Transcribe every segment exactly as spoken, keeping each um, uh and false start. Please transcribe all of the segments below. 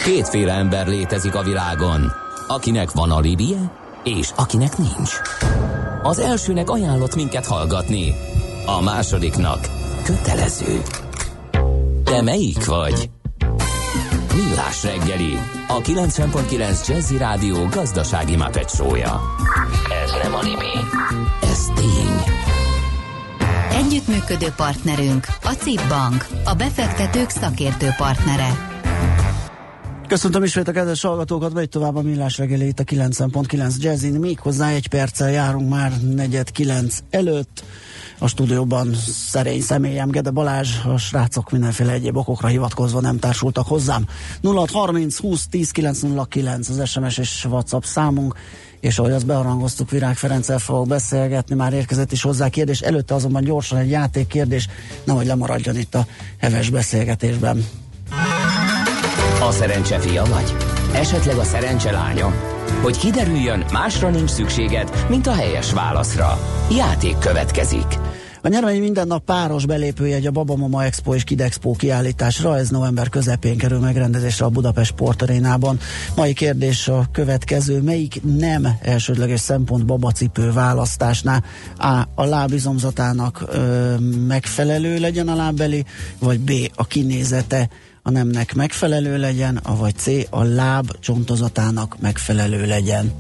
Kétféle ember létezik a világon, akinek van alibije, és akinek nincs. Az elsőnek ajánlott minket hallgatni, a másodiknak kötelező. Te melyik vagy? Millás reggeli, a kilencven pont kilenc Jazzy Rádió gazdasági Muppet show-ja. Ez nem anime, ez tény. Együttműködő partnerünk a cé i bé Bank, a befektetők szakértő partnere. Köszöntöm ismét a kedves hallgatókat, vagy tovább a Millás reggeli itt a kilencven pont kilenc Jazzin. Méghozzá egy perccel járunk már negyed kilenc előtt. A stúdióban szerény személyem, Gede Balázs, a srácok mindenféle egyéb okokra hivatkozva nem társultak hozzám. nulla hat harminc húsz tíz kilenc nulla kilenc az es em es és WhatsApp számunk, és ahogy azt beharangoztuk, Virág Ferenccel fogok beszélgetni, már érkezett is hozzá kérdés, előtte azonban gyorsan egy játékkérdés, nehogy lemaradjon itt a heves beszélgetésben. A szerencse fia vagy? Esetleg a szerencse lánya? Hogy kiderüljön, másra nincs szükséged, mint a helyes válaszra. Játék következik. A nyermény minden nap páros belépőjegy a Babamama Expo és Kid Expo kiállításra, ez november közepén kerül megrendezésre a Budapest Sportarénában. Mai kérdés a következő: melyik nem elsődleges szempont babacipő választásnál? A. A lábizomzatának ö, megfelelő legyen a lábbeli, vagy B. A kinézete a nemnek megfelelő legyen, vagy C. A láb csontozatának megfelelő legyen.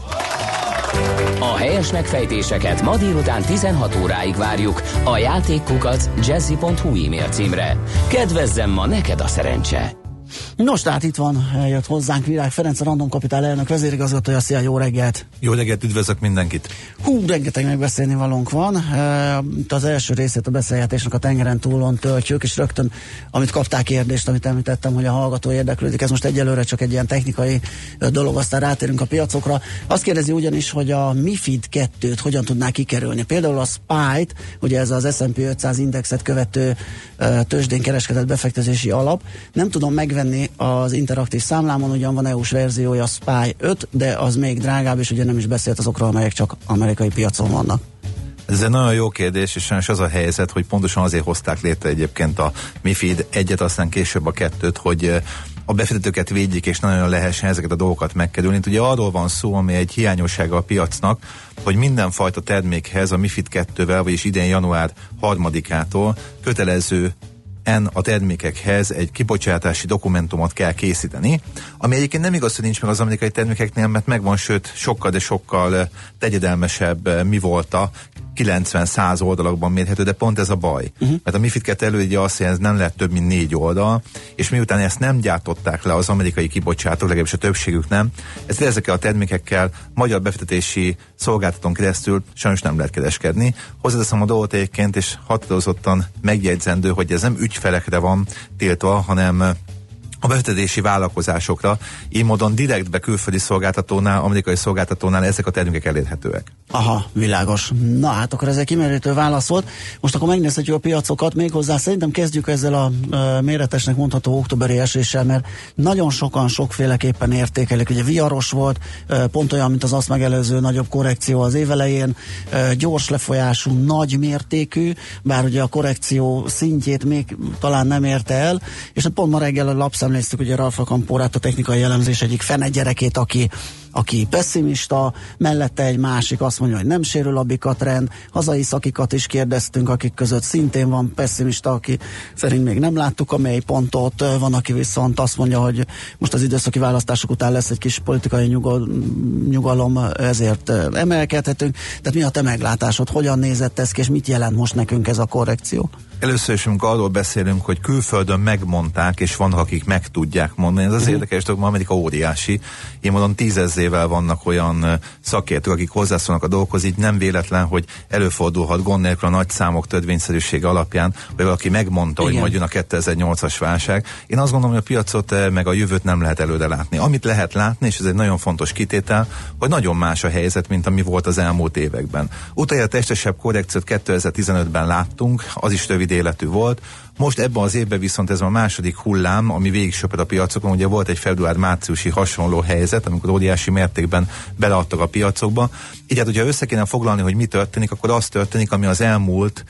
A helyes megfejtéseket ma délután tizenhat óráig várjuk a játékkukac jazzy pont hu e-mail címre. Kedvezzem ma neked a szerencse! Nos, tehát itt van, eljött hozzánk Virág Ferenc, a Random Capital elnök vezérigazgatója. Szia, jó reggelt! Jó reggelt, üdvözlök mindenkit! Hú, rengeteg megbeszélni valónk van. Az első részét a beszélgetésnek a tengeren túlon töltjük, és rögtön, amit kapták kérdést, amit említettem, hogy a hallgató érdeklődik, ez most egyelőre csak egy ilyen technikai dolog, aztán rátérünk a piacokra. Azt kérdezi ugyanis, hogy a MiFID kettőt hogyan tudná kikerülni. Például a SPY-t, ugye ez az es and pé ötszáz indexet követő tőzsdén kereskedett befektetési alap, nem tudom megvenni az interaktív számlámon, ugyan van é u-s verziója, a SPY öt, de az még drágább, és ugye nem is beszélt azokról, amelyek csak amerikai piacon vannak. Ez egy nagyon jó kérdés, és sajnos az a helyzet, hogy pontosan azért hozták létre egyébként a MiFID egyet, aztán később a kettőt, hogy a befektetőket védjék, és nagyon lehessen ezeket a dolgokat megkerülni. Ugye arról van szó, ami egy hiányossága a piacnak, hogy mindenfajta termékhez a MiFID kettővel, vagyis idén január harmadikától kötelező en a termékekhez egy kibocsátási dokumentumot kell készíteni, ami egyébként nem igaz, hogy nincs meg az amerikai termékeknél, mert megvan, sőt sokkal, de sokkal tegyedelmesebb mi volt a kilencven-száz oldalakban mérhető, de pont ez a baj. Uh-huh. Mert a MiFID kettő elődje azt, hogy ez nem lett több, mint négy oldal, és miután ezt nem gyártották le az amerikai kibocsátók, legalábbis a többségük nem, ezt ezekkel a termékekkel magyar befektetési szolgáltatón keresztül sajnos nem lehet kereskedni. Hozzáteszem a dolgot egyébként, és határozottan megjegyzendő, hogy ez nem ügyfelekre van tiltva, hanem a befektetési vállalkozásokra, így módon direktbe külföldi szolgáltatónál, amerikai szolgáltatónál ezek a termékek elérhetőek. Aha, világos. Na hát akkor ez egy kimerítő válasz volt. Most akkor megnézhetjük a piacokat, méghozzá szerintem kezdjük ezzel a uh, méretesnek mondható októberi eséssel, mert nagyon sokan sokféleképpen értékelik. Ugye viharos volt, uh, pont olyan, mint az azt megelőző nagyobb korrekció az évelején, uh, gyors lefolyású, nagy mértékű, bár ugye a korrekció szintjét még talán nem érte el, és hát pont ma reggel a lapszemléztük ugye Ralph Kampórát, a technikai jellemzés egyik fene gyerekét, aki aki pessimista, mellette egy másik azt mondja, hogy nem sérül a bika trend. Hazai szakikat is kérdeztünk, akik között szintén van pessimista, aki szerint még nem láttuk a mélypontot, van, aki viszont azt mondja, hogy most az időszaki választások után lesz egy kis politikai nyugal, nyugalom, ezért emelkedhetünk. Tehát mi a te meglátásod, hogyan nézett ez ki, és mit jelent most nekünk ez a korrekció? Először is, amikor arról beszélünk, hogy külföldön megmondták, és vannak, akik meg tudják mondani. Ez az uh-huh. érdekes dolog, ma Amerika óriási. Én mondom, tízezrével vannak olyan szakértők, akik hozzászólnak a dolgokhoz, így nem véletlen, hogy előfordulhat gond nélkül a nagy számok törvényszerűsége alapján, hogy valaki megmondta, igen, hogy majd jön a kétezer-nyolcas válság. Én azt gondolom, hogy a piacot meg a jövőt nem lehet előre látni. Amit lehet látni, és ez egy nagyon fontos kitétel, hogy nagyon más a helyzet, mint ami volt az elmúlt években. Utoljára testesebb korrekciót kétezer-tizenötben láttunk, az is rövid életű volt. Most ebben az évben viszont ez a második hullám, ami végig söpör a piacokon, ugye volt egy február-márciusi hasonló helyzet, amikor óriási mértékben beleadtak a piacokba. Így hát, hogyha össze kéne foglalni, hogy mi történik, akkor az történik, ami az elmúlt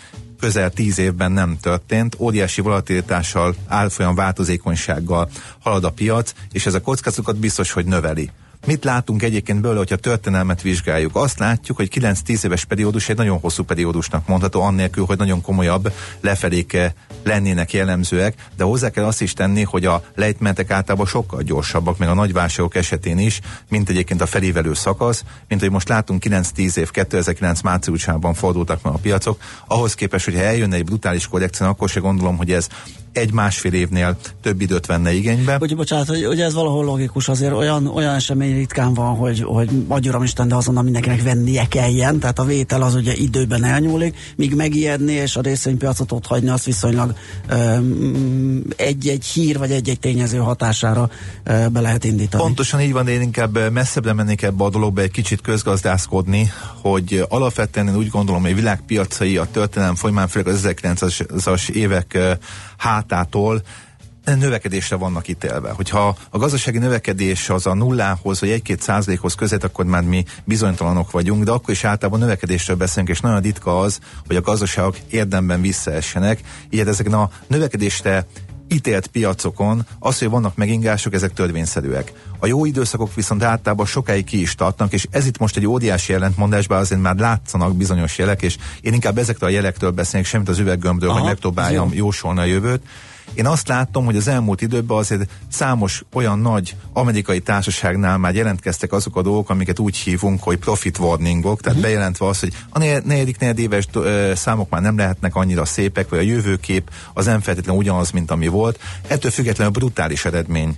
közel tíz évben nem történt. Óriási volatilitással, árfolyam változékonysággal halad a piac, és ez a kockázatokat biztos, hogy növeli. Mit látunk egyébként belőle, hogyha történelmet vizsgáljuk? Azt látjuk, hogy kilenc-tíz éves periódus egy nagyon hosszú periódusnak mondható, annélkül, hogy nagyon komolyabb lefelék lennének jellemzőek, de hozzá kell azt is tenni, hogy a lejtmenetek általában sokkal gyorsabbak, meg a nagyválságok esetén is, mint egyébként a felévelő szakasz, mint hogy most látunk kilenc-tíz év, kétezer-kilenc márciusában fordultak meg a piacok. Ahhoz képest, hogyha eljönne egy brutális korrekció, akkor se gondolom, hogy ez egy-másfél évnél több időt venne igénybe. Ugye, bocsánat, hogy ugye ez valahol logikus, azért olyan, olyan esemény ritkán van, hogy, hogy magyar Isten, de azonnal mindenkinek vennie kelljen, tehát a vétel az ugye időben elnyúlik, míg megijedni és a részvénypiacot ott hagyni, azt viszonylag um, egy-egy hír vagy egy-egy tényező hatására uh, be lehet indítani. Pontosan így van, de én inkább messzebbre mennék ebbe a dologba egy kicsit közgazdászkodni, hogy alapvetően én úgy gondolom, hogy a világpiacai a történelem folyamán, főleg az ezerkilencszázas évek uh, hátától növekedésre vannak ítélve. Hogyha a gazdasági növekedés az a nullához vagy egy-két százalékhoz között, akkor már mi bizonytalanok vagyunk, de akkor is általában növekedésről beszélünk, és nagyon ritka az, hogy a gazdaságok érdemben visszaessenek. Így ezeken a növekedésre ítélt piacokon az, hogy vannak megingások, ezek törvényszerűek. A jó időszakok viszont általában sokáig ki is tartnak, és ez itt most egy óriási ellentmondásban azért már látszanak bizonyos jelek, és én inkább ezekről a jelekről beszélek, semmit az üveggömbről, hogy megpróbáljam jó. jósolni a jövőt. Én azt látom, hogy az elmúlt időben azért számos olyan nagy amerikai társaságnál már jelentkeztek azok a dolgok, amiket úgy hívunk, hogy profit warningok, tehát uh-huh. bejelentve az, hogy a negyedik negyedéves számok már nem lehetnek annyira szépek, vagy a jövőkép az nem feltétlenül ugyanaz, mint ami volt. Ettől függetlenül brutális eredmény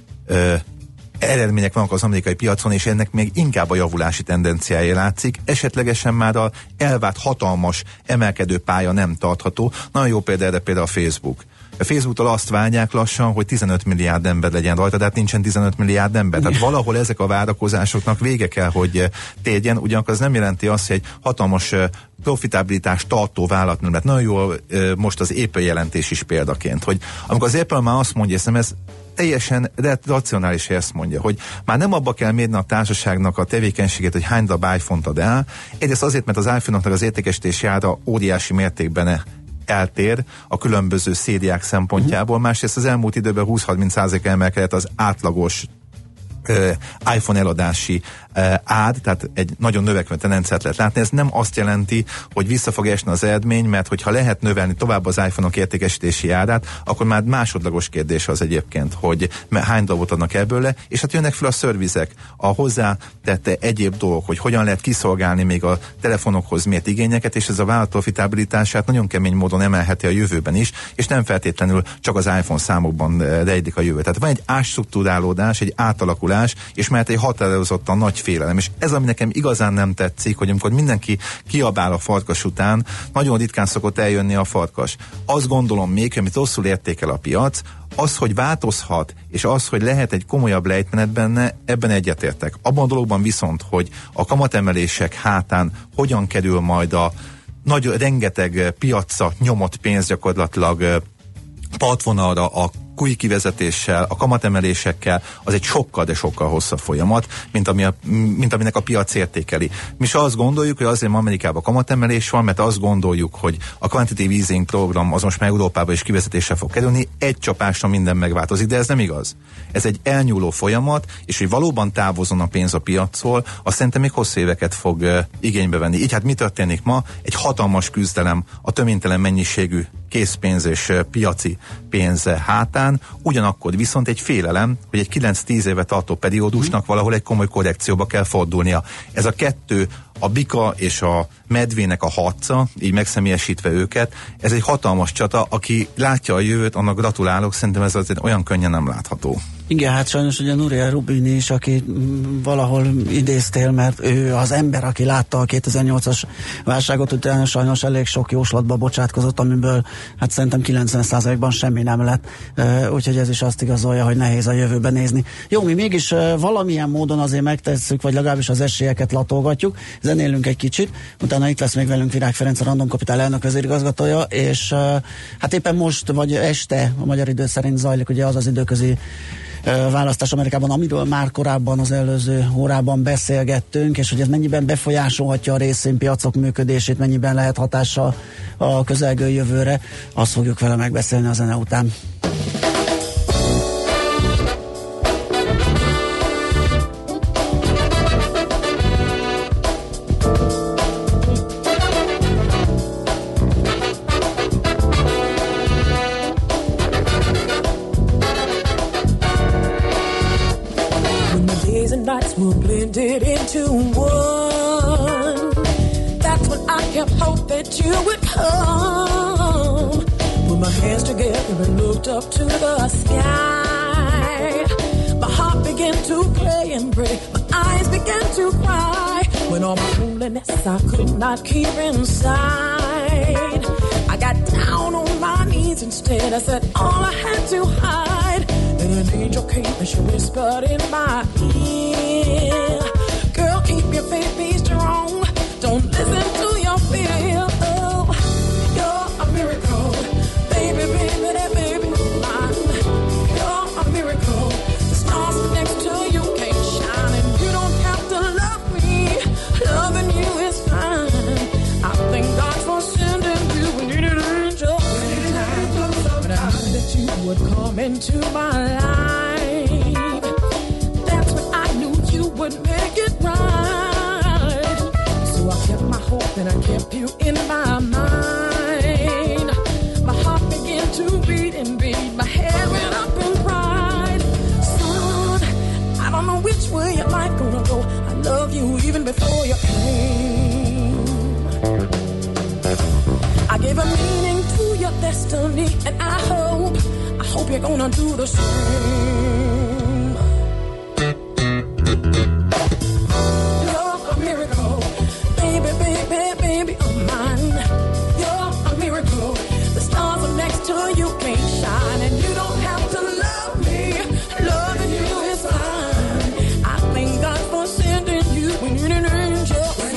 ö, eredmények vannak az amerikai piacon, és ennek még inkább a javulási tendenciája látszik. Esetlegesen már a elvárt hatalmas emelkedő pálya nem tartható. Nagyon jó példa erre például a Facebook. A Facebooktól azt várják lassan, hogy tizenöt milliárd ember legyen rajta, de hát nincsen tizenöt milliárd ember. Tehát valahol ezek a várakozásoknak vége kell, hogy térjen, ugyanakkor az nem jelenti azt, hogy egy hatalmas profitabilitás tartó vállalat nem lett. Nagyon jó most az Apple jelentés is példaként, hogy amikor az Apple már azt mondja, hiszem ez teljesen racionális, hogy ezt mondja, hogy már nem abba kell mérni a társaságnak a tevékenységét, hogy hány darab iPhone-t ad el. Egyrészt azért, mert az iPhone-oknak az értékesítési ára óriási mértékben eltér a különböző szériák szempontjából, másrészt az elmúlt időben húsz-harminc százalék emelkedett az átlagos uh, iPhone eladási uh, ár, tehát egy nagyon növekvő tendenciát lehet látni. Ez nem azt jelenti, hogy vissza fog esni az eredmény, mert hogyha lehet növelni tovább az iPhone-ok értékesítési árát, akkor már másodlagos kérdés az egyébként, hogy hány darabot adnak ebből, és hát jönnek fel a szervizek, a hozzátette egyéb dolgok, hogy hogyan lehet kiszolgálni még a telefonokhoz mért igényeket, és ez a vállalat profitabilitását nagyon kemény módon emelheti a jövőben is, és nem feltétlenül csak az iPhone számokban rejlik a jövő. Tehát van egy átstruktúrálódás, egy átalakulás, és mert egy határozottan nagy félelem. És ez, ami nekem igazán nem tetszik, hogy amikor mindenki kiabál a farkas után, nagyon ritkán szokott eljönni a farkas. Azt gondolom még, amit rosszul értékel a piac, az, hogy változhat, és az, hogy lehet egy komolyabb lejtmenet benne, ebben egyetértek. Abban a dologban viszont, hogy a kamatemelések hátán hogyan kerül majd a nagy, rengeteg piacra nyomott pénz gyakorlatilag partvonalra a kúj kivezetéssel, a kamatemelésekkel, az egy sokkal, de sokkal hosszabb folyamat, mint, ami a, mint aminek a piac értékeli. Mi is azt gondoljuk, hogy azért Amerikában kamatemelés van, mert azt gondoljuk, hogy a quantitative easing program az most már Európában is kivezetésre fog kerülni, egy csapásra minden megváltozik, de ez nem igaz. Ez egy elnyúló folyamat, és hogy valóban távozzon a pénz a piacról, azt szerintem még hosszú éveket fog uh, igénybe venni. Így hát mi történik ma? Egy hatalmas küzdelem a töménytelen mennyiségű készpénz és uh, piaci pénz hátán, ugyanakkor viszont egy félelem, hogy egy kilenc-tíz éve tartó periódusnak valahol egy komoly korrekcióba kell fordulnia. Ez a kettő, a bika és a medvének a harca, így megszemélyesítve őket, ez egy hatalmas csata, aki látja a jövőt, annak gratulálok, szerintem ez azért olyan könnyen nem látható. Igen, hát sajnos ugye Nuria Rubini is, aki valahol idéztél, mert ő az ember, aki látta a kétezer-nyolcas válságot, utána sajnos elég sok jóslatba bocsátkozott, amiből hát szerintem kilencven százalékban semmi nem lett. Uh, úgyhogy ez is azt igazolja, hogy nehéz a jövőbe nézni. Jó, mi mégis uh, valamilyen módon azért megtesszük, vagy legalábbis az esélyeket latolgatjuk, zenélünk egy kicsit, utána itt lesz még velünk Virág Ferenc, a Random Capital elnök vezérigazgatója, és uh, hát éppen most, vagy este, a magyar idő szerint zajlik ugye az az időközi választás Amerikában, amiről már korábban az előző órában beszélgettünk, és hogy ez mennyiben befolyásolhatja a részvénypiacok működését, mennyiben lehet hatással a közelgő jövőre, azt fogjuk vele megbeszélni a zene után. Were blended into one. That's when I kept hope that you would come. Put my hands together and looked up to the sky. My heart began to play and break. My eyes began to cry. When all my loneliness I could not keep inside, I got down on my knees instead. I said all I had to hide. And an angel came and she whispered in my ear, girl, keep your faith, be strong. Don't listen to your fear. Oh, you're a miracle. Baby, baby, that baby mine. You're a miracle. The stars next to you can't shine. And you don't have to love me. Loving you is fine. I thank God for sending you when you need an angel. When I knew that you would come into my life, that's when I knew you would make it right. So I kept my hope and I kept you in my mind. My heart began to beat and beat. My head went up in pride. Son, I don't know which way your life gonna go. I love you even before you came. I gave a meaning to your destiny, and I hope, I hope you're gonna do the same. You're a miracle, baby, baby, baby of mine. You're a miracle. The stars are next to you can't shine, and you don't have to love me. Loving you is fine. I thank God for sending you when you're an angel.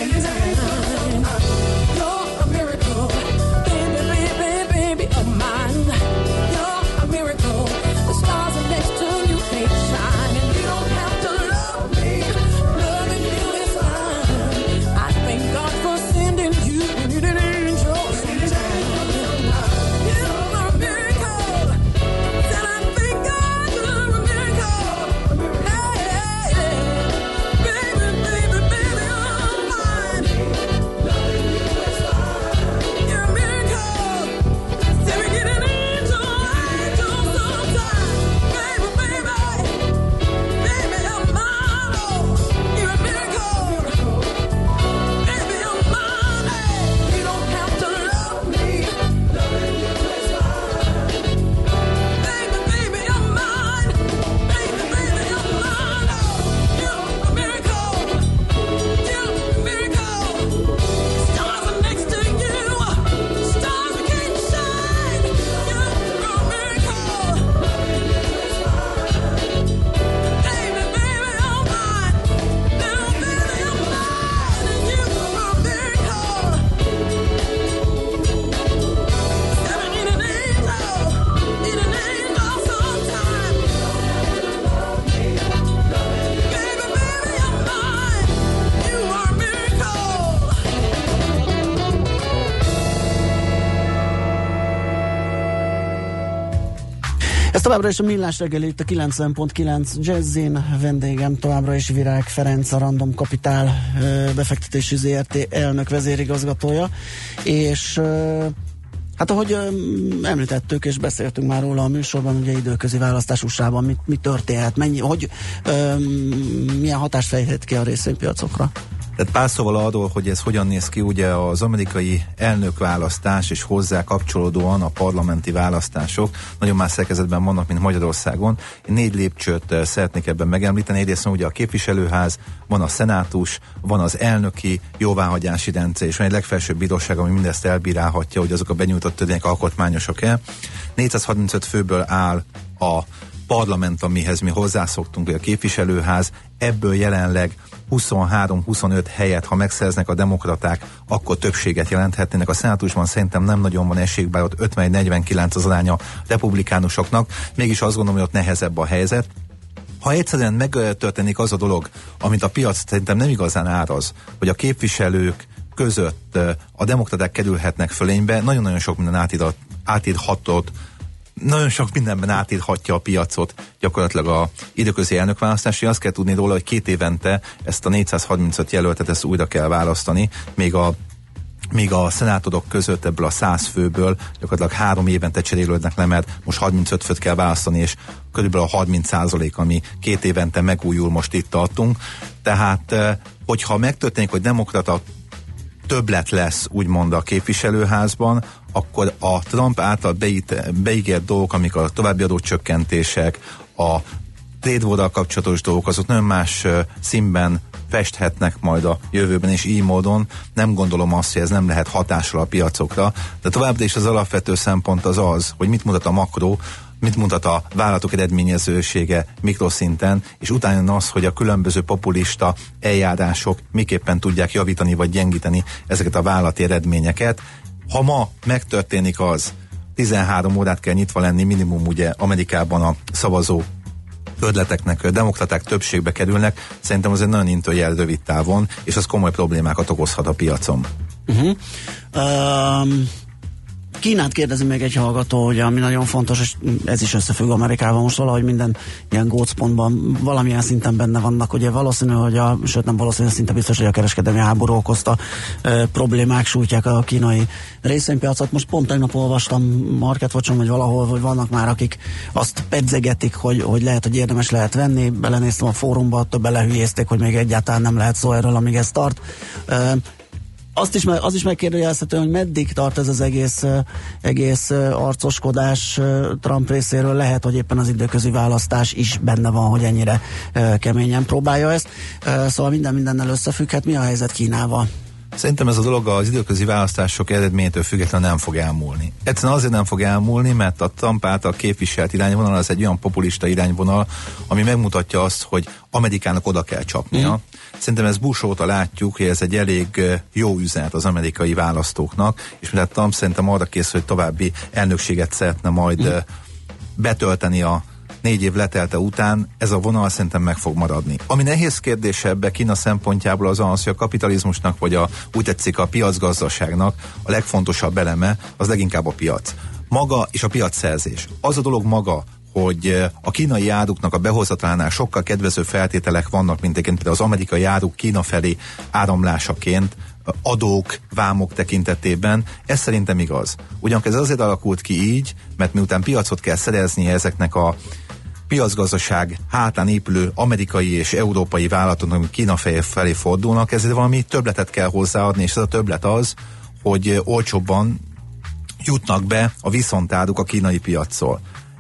Továbbra is a Millás reggeli itt a kilencven pont kilenc Jazzin, vendégem továbbra is Virág Ferenc, a Random Capital befektetési zé er té elnök vezérigazgatója, és hát ahogy említettük és beszéltünk már róla a műsorban, ugye időközi választás u es á-ban mi, mi történhet, mennyi, hogy öm, milyen hatást fejthet ki a részvénypiacokra? Tehát pár szóval arról, hogy ez hogyan néz ki, ugye az amerikai elnökválasztás és hozzá kapcsolódóan a parlamenti választások nagyon más szerkezetben vannak, mint Magyarországon. Én négy lépcsőt szeretnék ebben megemlíteni. Egyrészt ugye a képviselőház, van a szenátus, van az elnöki jóváhagyási rendszer, és van egy legfelsőbb bíróság, ami mindezt elbírálhatja, hogy azok a benyújtott törvények alkotmányosak-e. négyszázharmincöt főből áll a parlament, amihez mi hozzászoktunk, a képviselőház, ebből jelenleg huszonhárom-huszonöt helyet, ha megszerznek a demokraták, akkor többséget jelenthetnének. A szenátusban szerintem nem nagyon van esély, bár ott ötvenegy negyvenkilenc az aránya republikánusoknak, mégis azt gondolom, hogy ott nehezebb a helyzet. Ha egyszerűen megtörténik az a dolog, amit a piac szerintem nem igazán áraz, hogy a képviselők között a demokraták kerülhetnek fölénybe, nagyon-nagyon sok minden átírhat, átírhatott, nagyon sok mindenben átírhatja a piacot gyakorlatilag a időközi elnökválasztási. Azt kell tudni róla, hogy két évente ezt a négyszázharmincöt jelöltet ezt újra kell választani, még a míg a szenátorok között ebből a száz főből gyakorlatilag három évente cserélődnek le, mert most harmincöt főt kell választani, és körülbelül a harminc százalék, ami két évente megújul, most itt tartunk. Tehát, hogyha megtörténik, hogy demokrata többlet lesz, úgymond a képviselőházban, akkor a Trump által beít, beígért dolgok, amik a további adócsökkentések, a trade war-ral kapcsolatos dolgok, azok nagyon más színben festhetnek majd a jövőben, és így módon nem gondolom azt, hogy ez nem lehet hatással a piacokra, de továbbra is az alapvető szempont az az, hogy mit mutat a makro, mit mutat a vállalatok eredményezősége mikroszinten, és utána az, hogy a különböző populista eljárások miképpen tudják javítani vagy gyengíteni ezeket a vállalati eredményeket. Ha ma megtörténik az, tizenhárom órát kell nyitva lenni minimum ugye Amerikában a szavazó ötleteknek, demokraták többségbe kerülnek, szerintem az egy nagyon intőjel rövid távon, és az komoly problémákat okozhat a piacon. Uh-huh. Um, Kínát kérdezi még egy hallgató, hogy ami nagyon fontos, és ez is összefügg Amerikával, most valahogy minden ilyen gócpontban valamilyen szinten benne vannak, ugye valószínű, hogy a, sőt nem valószínű, szinte biztos, hogy a kereskedelmi háború okozta e, problémák sújtják a kínai részvénypiacot. Most pont tegnap olvastam Market Watch-on, vagy valahol, hogy vannak már, akik azt pedzegetik, hogy, hogy lehet, hogy érdemes lehet venni. Belenéztem a fórumba, többen lehülyézték, hogy még egyáltalán nem lehet szó erről, amíg ez tart. E, Azt is, az is megkérdőjelezhető, hogy meddig tart ez az egész, egész arcoskodás Trump részéről. Lehet, hogy éppen az időközi választás is benne van, hogy ennyire keményen próbálja ezt. Szóval minden mindennel összefügghet. Mi a helyzet Kínával? Szerintem ez a dolog az időközi választások eredményétől függetlenül nem fog elmúlni. Egyszerűen azért nem fog elmúlni, mert a Trump által képviselt irányvonal az egy olyan populista irányvonal, ami megmutatja azt, hogy Amerikának oda kell csapnia. Mm. Szerintem ez Bush óta látjuk, hogy ez egy elég jó üzenet az amerikai választóknak, és mert Trump szerintem arra kész, hogy további elnökséget szeretne majd mm. betölteni a négy év letelte után, ez a vonal szerintem meg fog maradni. Ami nehéz kérdés ebbe Kína szempontjából az az, hogy a kapitalizmusnak, vagy a, úgy tetszik a piacgazdaságnak a legfontosabb eleme az leginkább a piac. Maga és a piacszerzés. Az a dolog maga, hogy a kínai áruknak a behozatalánál sokkal kedvező feltételek vannak, mint egyébként az amerikai áruk Kína felé áramlásaként, adók, vámok tekintetében, ez szerintem igaz. Ugyanakkor ez azért alakult ki így, mert miután piacot kell szereznie ezeknek a piacgazdaság hátán épülő amerikai és európai vállalatoknak, amik Kína felé fordulnak, ezért valami többletet kell hozzáadni, és ez a többlet az, hogy olcsóbban jutnak be a viszontáruk a kínai piacról.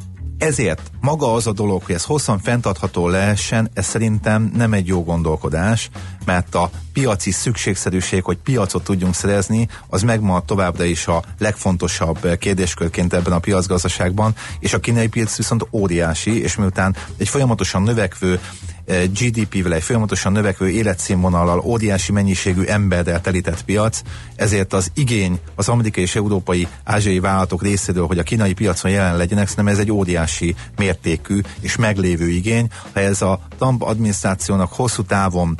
Ezért maga az a dolog, hogy ez hosszan fenntartható lehessen, ez szerintem nem egy jó gondolkodás, mert a piaci szükségszerűség, hogy piacot tudjunk szerezni, az megmarad továbbra is a legfontosabb kérdéskörként ebben a piacgazdaságban, és a kínai piac viszont óriási, és miután egy folyamatosan növekvő gé dé pé-vel, egy folyamatosan növekvő életszínvonallal, óriási mennyiségű emberrel telített piac, ezért az igény az amerikai és európai ázsiai vállalatok részéről, hogy a kínai piacon jelen legyenek, szerintem ez egy óriási mértékű és meglévő igény. Ha ez a Trump adminisztrációnak hosszú távon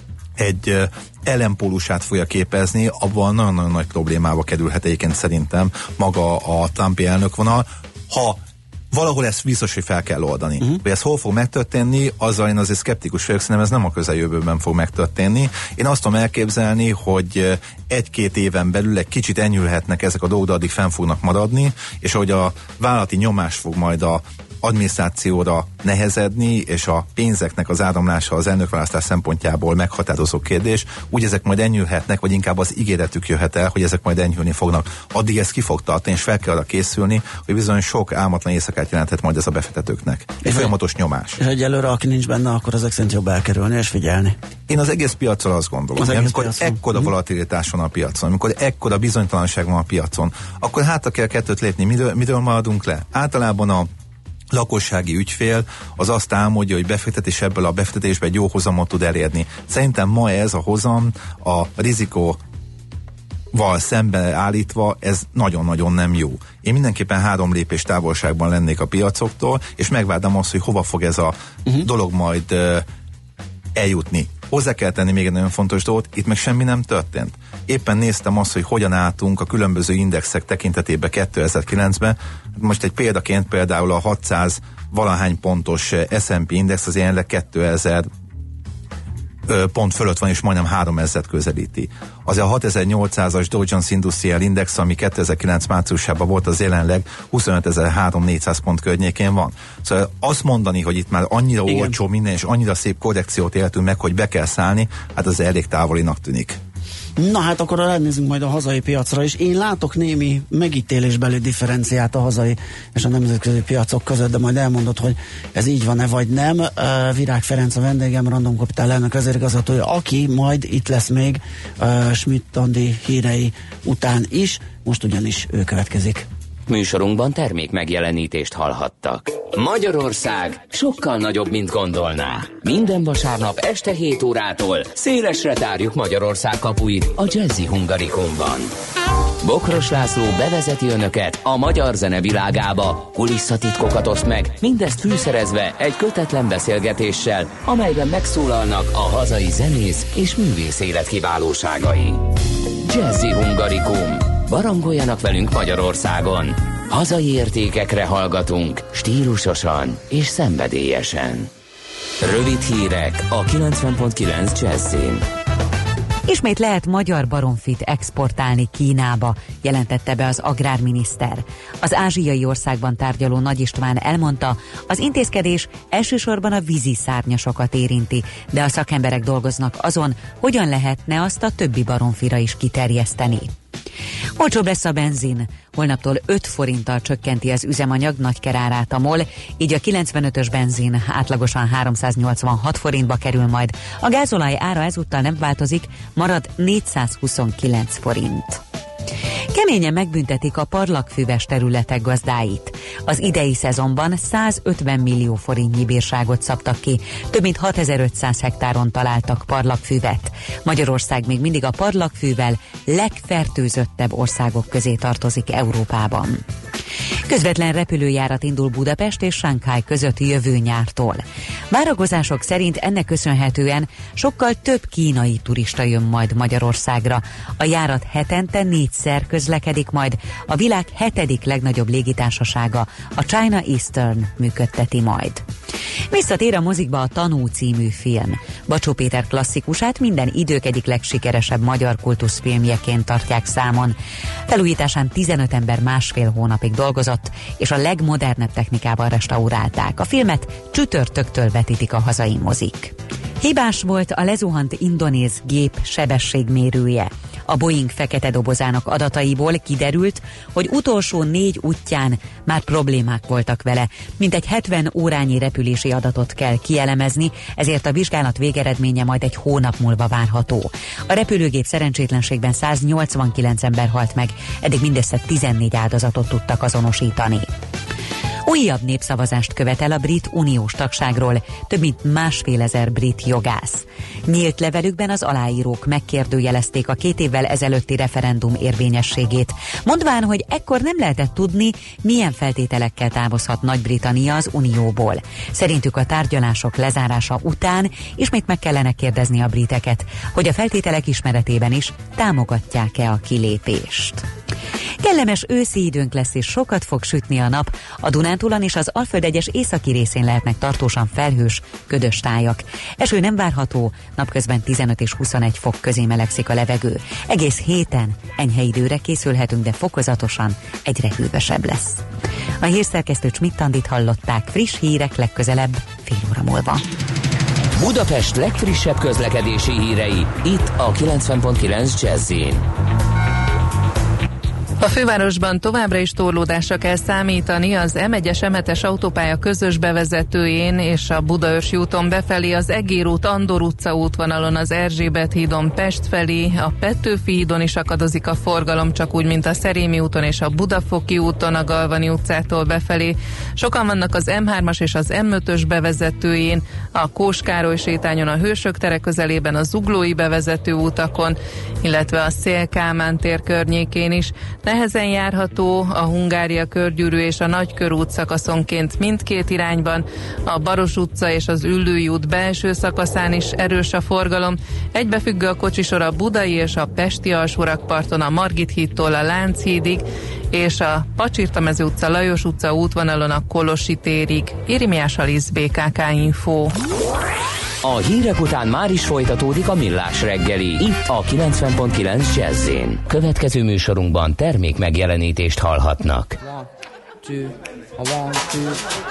egy uh, ellenpólusát fogja képezni, abban nagyon-nagyon nagy problémába kerülhet egyébként szerintem maga a Trumpi elnökvonal. Ha valahol ezt biztos, hogy fel kell oldani. Uh-huh. Hogy ez hol fog megtörténni, azzal én azért szkeptikus vagyok, szerintem ez nem a közeljövőben fog megtörténni. Én azt tudom elképzelni, hogy egy-két éven belül egy kicsit enyhülhetnek ezek a dolgok, de addig fenn fognak maradni, és ahogy a vállalati nyomás fog majd a adminisztrációra nehezedni, és a pénzeknek az áramlása az elnökválasztás szempontjából meghatározó kérdés, úgy ezek majd enyhülhetnek, vagy inkább az ígéretük jöhet el, hogy ezek majd enyhülni fognak. Addig ez ki fog tartani, és fel kell arra készülni, hogy bizony sok álmatlan éjszakát jelenthet majd ez a befektetőknek. Egy folyamatos nyomás. És egyelőre, aki nincs benne, akkor ezek szerint jobb elkerülni és figyelni. Én az egész piacról azt gondolom, hogy amikor piacon. ekkora uh-huh. volatilitás van a piacon, amikor ekkora bizonytalanság van a piacon, akkor hátra kell kettőt lépni. Miről, miről maradunk le? Általában a lakossági ügyfél az azt álmodja, hogy befektetés ebből a befektetésbe egy jó hozamot tud elérni. Szerintem ma ez a hozam a rizikó val szembe állítva ez nagyon-nagyon nem jó. Én mindenképpen három lépés távolságban lennék a piacoktól, és megvárnám azt, hogy hova fog ez a uh-huh. dolog majd uh, eljutni. Hozzá kell tenni még egy nagyon fontos dolgot, itt meg semmi nem történt. Éppen néztem azt, hogy hogyan álltunk a különböző indexek tekintetében kétezer-kilencben. Most egy példaként például a hatszáz valahány pontos es and pé index az jelenleg kétezer pont fölött van, és majdnem háromezer közelíti. Az a hatezer-nyolcszázas Dow Jones Industrial Index, ami kétezer-kilenc márciusában volt, az jelenleg huszonötezer-háromszáz-négyszáz pont környékén van. Szóval azt mondani, hogy itt már annyira Igen. olcsó minden, és annyira szép korrekciót éltünk meg, hogy be kell szállni, hát az elég távolinak tűnik. Na hát akkor ránézzünk majd a hazai piacra is. Én látok némi megítélésbeli differenciát a hazai és a nemzetközi piacok között, de majd elmondod, hogy ez így van-e vagy nem. Uh, Virág Ferenc a vendégem, Random Capital elnök vezérigazgatója, aki majd itt lesz még uh, Schmidt-Andi hírei után is. Most ugyanis ő következik. Műsorunkban termék megjelenítést hallhattak. Magyarország sokkal nagyobb, mint gondolná. Minden vasárnap este hét órától szélesre tárjuk Magyarország kapuit a Jazzy Hungarikumban. Bokros László bevezeti önöket a magyar zene világába, kulisszatitkokat oszt meg, mindezt fűszerezve egy kötetlen beszélgetéssel, amelyben megszólalnak a hazai zenész és művész élet kiválóságai. Jazzy Hungarikum. Barangoljanak velünk Magyarországon. Hazai értékekre hallgatunk, stílusosan és szenvedélyesen. Rövid hírek a kilencven pont kilenc Jazzin. Ismét lehet magyar baromfit exportálni Kínába, jelentette be az agrárminiszter. Az ázsiai országban tárgyaló Nagy István elmondta, az intézkedés elsősorban a vízi szárnyasokat érinti, de a szakemberek dolgoznak azon, hogyan lehetne azt a többi baromfira is kiterjeszteni. Olcsóbb lesz a benzin. Holnaptól öt forinttal csökkenti az üzemanyag nagykerárát a MOL, így a kilencvenötös benzin átlagosan háromszáznyolcvanhat forintba kerül majd. A gázolaj ára ezúttal nem változik, marad négyszázhuszonkilenc forint. Keményen megbüntetik a parlagfüves területek gazdáit. Az idei szezonban százötven millió forintnyi bírságot szabtak ki, több mint hatezer-ötszáz hektáron találtak parlagfüvet. Magyarország még mindig a parlagfűvel legfertőzöttebb országok közé tartozik Európában. Közvetlen repülőjárat indul Budapest és Shanghai között jövő nyártól. Várakozások szerint ennek köszönhetően sokkal több kínai turista jön majd Magyarországra. A járat hetente négyszer közlekedik majd, a világ hetedik legnagyobb légitársasága, a China Eastern működteti majd. Visszatér a mozikba a Tanú című film. Bacsó Péter klasszikusát minden idők egyik legsikeresebb magyar kultuszfilmjeként tartják számon. Felújításán tizenöt ember másfél hónapig dolgozott, és a legmodernebb technikával restaurálták. A filmet csütörtöktől vetítik a hazai mozik. Hibás volt a lezuhant indonéz gép sebességmérője. A Boeing fekete dobozának adataiból kiderült, hogy utolsó négy útján már problémák voltak vele. Mintegy hetven órányi repülési adatot kell kielemezni, ezért a vizsgálat végeredménye majd egy hónap múlva várható. A repülőgép szerencsétlenségben száznyolcvankilenc ember halt meg, eddig mindössze tizennégy áldozatot tudtak azonosítani. Újabb népszavazást követel a brit uniós tagságról több mint másfél ezer brit jogász. Nyílt levelükben az aláírók megkérdőjelezték a két évvel ezelőtti referendum érvényességét, mondván, hogy ekkor nem lehetett tudni, milyen feltételekkel távozhat Nagy-Britannia az unióból. Szerintük a tárgyalások lezárása után ismét meg kellene kérdezni a briteket, hogy a feltételek ismeretében is támogatják-e a kilépést. Kellemes őszi időnk lesz, és sokat fog sütni a nap. A Dunántúlon és az Alföld egyes északi részén lehetnek tartósan felhős, ködös tájak. Eső nem várható, napközben tizenöt és huszonegy fok közé melegszik a levegő. Egész héten enyhe időre készülhetünk, de fokozatosan egyre hűvösebb lesz. A hírszerkesztő Schmidt-Andit hallották, friss hírek legközelebb fél óra múlva. Budapest legfrissebb közlekedési hírei, itt a kilencven pont kilenc Jazzin. A fővárosban továbbra is torlódásra kell számítani az em egyes em hetes autópálya közös bevezetőjén és a Budaörsi úton befelé, az Egér út, Andor utca útvonalon, az Erzsébet hídon Pest felé, a Petőfi hídon is akadozik a forgalom, csak úgy, mint a Szerémi úton és a Budafoki úton a Galvani utcától befelé. Sokan vannak az em hármas és az em ötös bevezetőjén, a Kós Károly sétányon, a Hősök tere közelében, a Zuglói bevezető utakon, illetve a Széll Kálmán tér környékén is. Nehezen járható a Hungária körgyűrű és a Nagykörút szakaszonként mindkét irányban, a Baros utca és az Üllői út belső szakaszán is erős a forgalom. Egybefüggő a kocsisor a Budai és a Pesti alsórakparton, a Margit hídtól a Lánchídig, és a Pacsirtamező utca, Lajos utca útvonalon a Kolosi térig. Irimiás Alisz, bé ká ká Info. A hírek után már is folytatódik a Millás reggeli, itt a kilencven pont kilenc Jazz-én. Következő műsorunkban termék megjelenítést hallhatnak. One, two, one, two.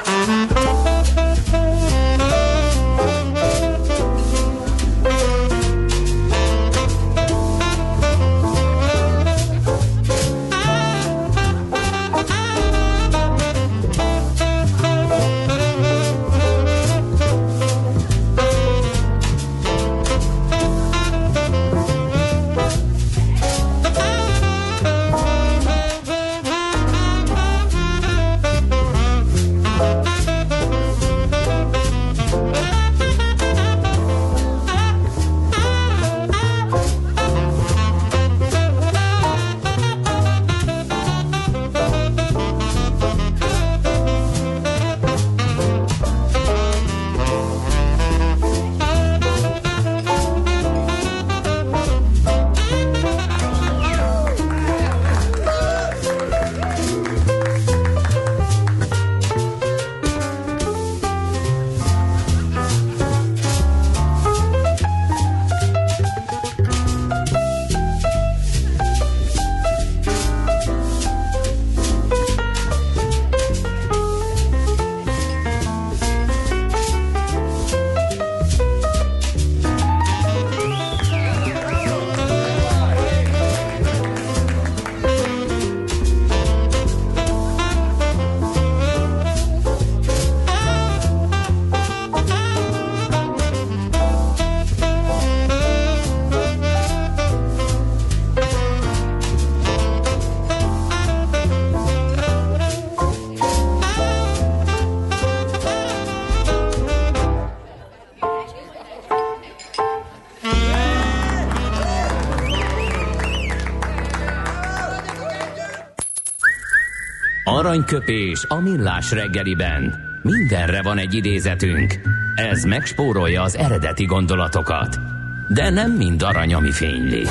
Aranyköpés a Millás reggeliben. Mindenre van egy idézetünk. Ez megspórolja az eredeti gondolatokat. De nem mind arany, ami fényli.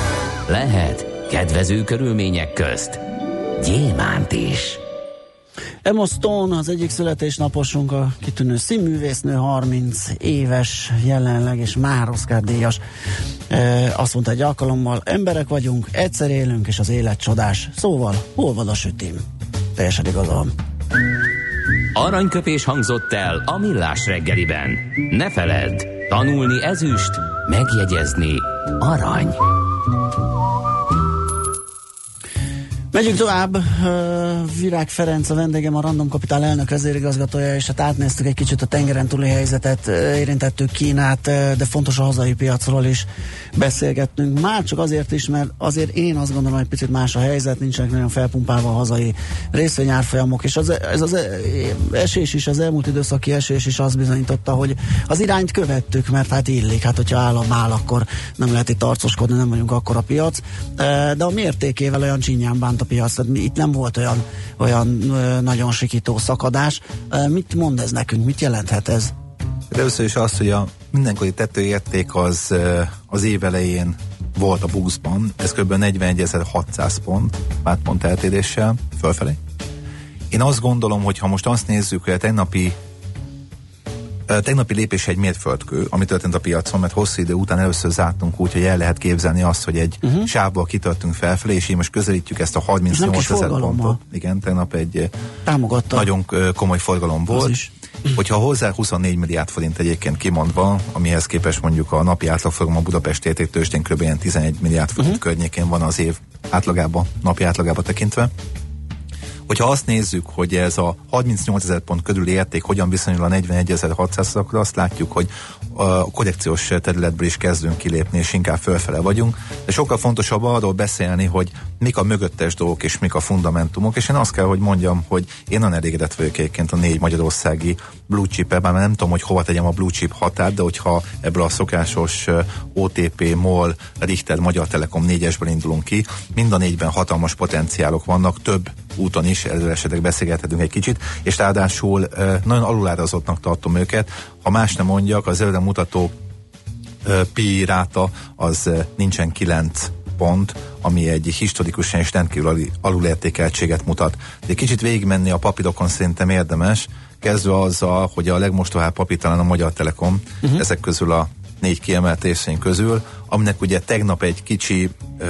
Lehet kedvező körülmények közt gyémánt is. Emma Stone az egyik születésnaposunk, a kitűnő színművésznő, harminc éves jelenleg, és már Oscar-díjas. E, azt mondta egy alkalommal: emberek vagyunk, egyszer élünk, és az élet csodás. Szóval, hol van a sütim? Teljesen igazam. Aranyköpés hangzott el a Millás reggeliben. Ne feledd, tanulni ezüst, megjegyezni arany. Megyünk tovább. Virág Ferenc a vendégem, a Random Capital elnök vezérigazgatója, és hát átnéztük egy kicsit a tengeren túli helyzetet, érintettük Kínát, de fontos a hazai piacról is beszélgetnünk. Már csak azért is, mert azért én azt gondolom, hogy picit más a helyzet, nincsenek nagyon felpumpálva a hazai részvényárfolyamok, és az, ez az esés is, az elmúlt időszaki esés is azt bizonyította, hogy az irányt követtük, mert hát illik, hát hogyha állam áll, akkor nem lehet itt arcoskodni, nem vagyunk akkor a piac, de a mértékével olyan csinyán bánt a piac, tehát itt nem volt olyan, olyan nagyon sikító szakadás. Mit mond ez nekünk? Mit jelenthet ez? De először is az, hogy a mindenkori tetőérték az, az év elején volt a buszban, ez kb. negyvenegyezer-hatszáz pont, pont eltéréssel fölfelé. Én azt gondolom, hogy ha most azt nézzük, hogy a tegnapi tegnapi lépés egy mérföldkő, ami történt a piacon, mert hosszú idő után először zártunk úgy, hogy el lehet képzelni azt, hogy egy uh-huh. sávból kitörtünk felfelé, és így most közelítjük ezt a harmincnyolcezer pontot. Igen, tegnap egy támogatta. Nagyon komoly forgalom volt. Hogyha hozzá huszonnégy milliárd forint egyébként kimondva, amihez képest mondjuk a napi átlagforgalom a Budapesti értéktőzsdén kb. tizenegy milliárd forint uh-huh. környékén van az év átlagában, napi átlagában tekintve. Hogyha azt nézzük, hogy ez a harmincnyolcezer pont körüli érték hogyan viszonyul a negyvenegyezer-hatszáz, akkor azt látjuk, hogy a korrekciós területből is kezdünk kilépni, és inkább fölfele vagyunk. De sokkal fontosabb arról beszélni, hogy mik a mögöttes dolgok, és mik a fundamentumok, és én azt kell, hogy mondjam, hogy én nagyon elégedett vagyok egyébként a négy magyarországi blue chip-ben, mert nem tudom, hogy hova tegyem a blue chip határt, de hogyha ebből a szokásos o té pé, MOL, Richter, Magyar Telekom négyesből indulunk ki, mind a négyben hatalmas potenciálok vannak, több úton is, erről esetleg beszélgethetünk egy kicsit, és ráadásul nagyon alulárazottnak tartom őket. Ha más nem mondjak, az előre mutató pi ráta az nincsen kilenc pont, ami egy historikusan és rendkívül alulértékeltséget mutat. De kicsit végigmenni a papírokon szerintem érdemes, kezdve azzal, hogy a legmostohább papír talán a Magyar Telekom, uh-huh. ezek közül a négy kiemelt részén közül, aminek ugye tegnap egy kicsi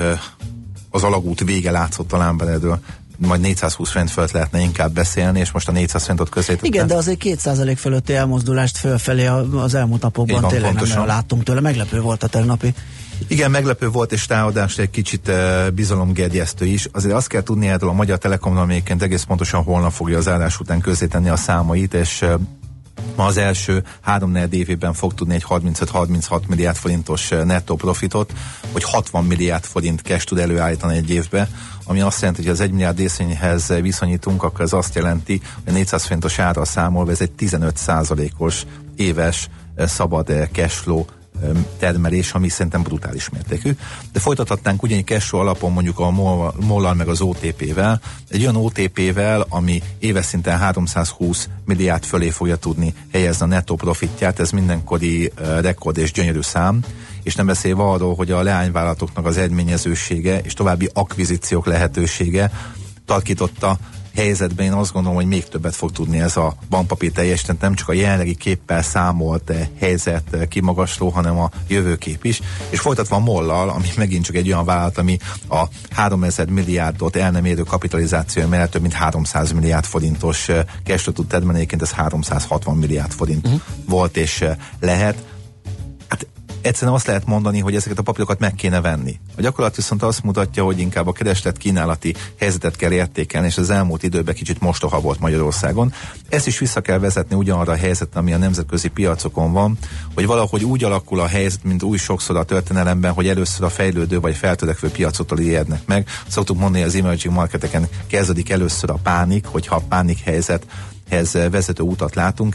az alagút vége látszott talán belőle, majd négyszázhúsz forint fölött lehetne inkább beszélni, és most a négyszáz forintot közétettem. Igen, de azért két százalék fölötti elmozdulást fölfelé az elmúlt napokban tényleg nem láttunk tőle. Meglepő volt a tegnapi. Igen, meglepő volt, és ráadásul egy kicsit uh, bizalomgerjesztő is. Azért azt kell tudni erről a Magyar Telekomról, amelyiként egész pontosan holnap fogja az zárás után közzétenni a számait, és uh, ma az első három-négy évében fog tudni egy harmincöt-harminchat milliárd forintos nettó profitot, hogy hatvan milliárd forint cash tud előállítani egy évbe, ami azt jelenti, hogy az egy milliárd részvényhez viszonyítunk, akkor ez azt jelenti, hogy négyszáz forintos árral számolva ez egy tizenöt százalékos éves szabad cashflow termelés, ami szerintem brutális mértékű. De folytathatnánk ugyanígy cashflow alapon mondjuk a MOL-al meg az o té pé-vel, egy olyan o té pé-vel, ami éves szinten háromszázhúsz milliárd fölé fogja tudni helyezni a nettó profitját, ez mindenkori rekord és gyönyörű szám, és nem beszélve arról, hogy a leányvállalatoknak az eredményezősége és további akvizíciók lehetősége tarkította helyzetben. Én azt gondolom, hogy még többet fog tudni ez a bankpapír teljesíteni, nem csak a jelenlegi képpel számolt helyzet kimagasló, hanem a jövőkép is. És folytatva a MOL-lal, ami megint csak egy olyan vállalat, ami a háromezer milliárdot el nem érő kapitalizáció mellett több mint háromszáz milliárd forintos cashflow tud termelni, egyébként ez háromszázhatvan milliárd forint uh-huh. volt és lehet. Hát egyszerűen azt lehet mondani, hogy ezeket a papírokat meg kéne venni. A gyakorlat viszont azt mutatja, hogy inkább a kereslet kínálati helyzetet kell értékelni, és az elmúlt időben kicsit mostoha volt Magyarországon. Ezt is vissza kell vezetni ugyanarra a helyzetre, ami a nemzetközi piacokon van, hogy valahogy úgy alakul a helyzet, mint új sokszor a történelemben, hogy először a fejlődő vagy feltörekvő piacoktól ijednek meg. Szoktuk mondani, hogy az emerging marketeken kezdődik először a pánik, hogyha a pánik helyzethez vezető utat látunk.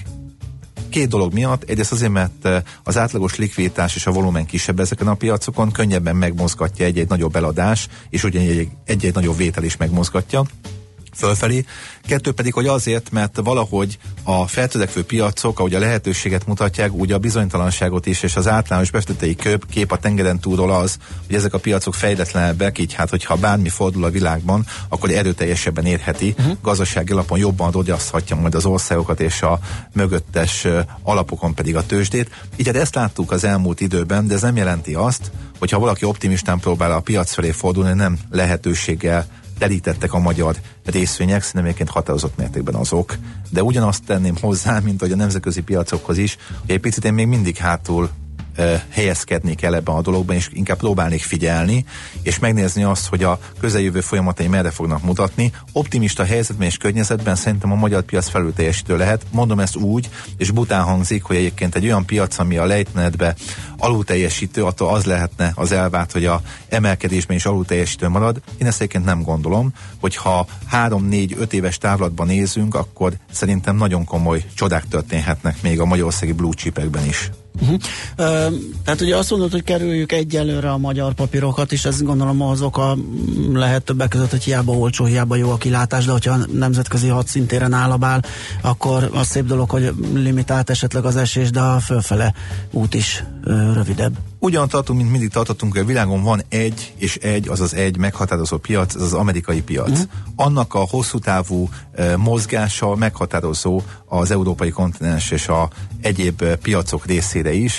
Két dolog miatt, egyrészt azért, mert az átlagos likviditás és a volumen kisebb ezeken a piacokon, könnyebben megmozgatja egy-egy nagyobb eladás, és ugyanígy egy-egy nagyobb vétel is megmozgatja fölfelé. Kettő pedig, hogy azért, mert valahogy a feltörekvő piacok, ahogy a lehetőséget mutatják, úgy a bizonytalanságot is, és az általános befektetői kép a tengeren túlról az, hogy ezek a piacok fejletlenebbek, így hát, hogyha bármi fordul a világban, akkor erőteljesebben érheti, uh-huh. gazdasági alapon jobban rogyaszthatja majd az országokat, és a mögöttes alapokon pedig a tőzsdét. Így hát ezt láttuk az elmúlt időben, de ez nem jelenti azt, hogyha valaki optimistán próbál a piac felé fordulni, nem lehetőséggel telítettek a magyar részvények, szerintem egyébként határozott mértékben azok, de ugyanazt tenném hozzá, mint hogy a nemzetközi piacokhoz is, hogy egy picit én még mindig hátul eh, helyezkedni kell ebben a dologban, és inkább próbálnék figyelni, és megnézni azt, hogy a közeljövő folyamatai merre fognak mutatni. Optimista helyzetben és környezetben szerintem a magyar piac felülteljesítő lehet. Mondom ezt úgy, és bután hangzik, hogy egyébként egy olyan piac, ami a lejtmenetbe alulteljesítő, attól az lehetne az elvárt, hogy a emelkedésben is alulteljesítő marad. Én ezt egyébként nem gondolom, hogyha három-négy-öt éves távlatban nézünk, akkor szerintem nagyon komoly csodák történhetnek még a magyarországi blue chipekben is. Uh-huh. Uh, tehát ugye azt mondod, hogy kerüljük egyelőre a magyar papírokat, és ez gondolom az oka lehet többek között, hogy hiába olcsó, hiába jó a kilátás, de hogyha nemzetközi hadszintéren állabál, akkor az szép dolog, hogy limitált esetleg az esés, de a fölfele út is uh, rövidebb. Ugyan tartunk, mint mindig tartottunk, hogy a világon van egy és egy, azaz egy meghatározó piac, ez az amerikai piac. Uh-huh. Annak a hosszú távú uh, mozgása meghatározó az európai kontinens és a egyéb uh, piacok részére is.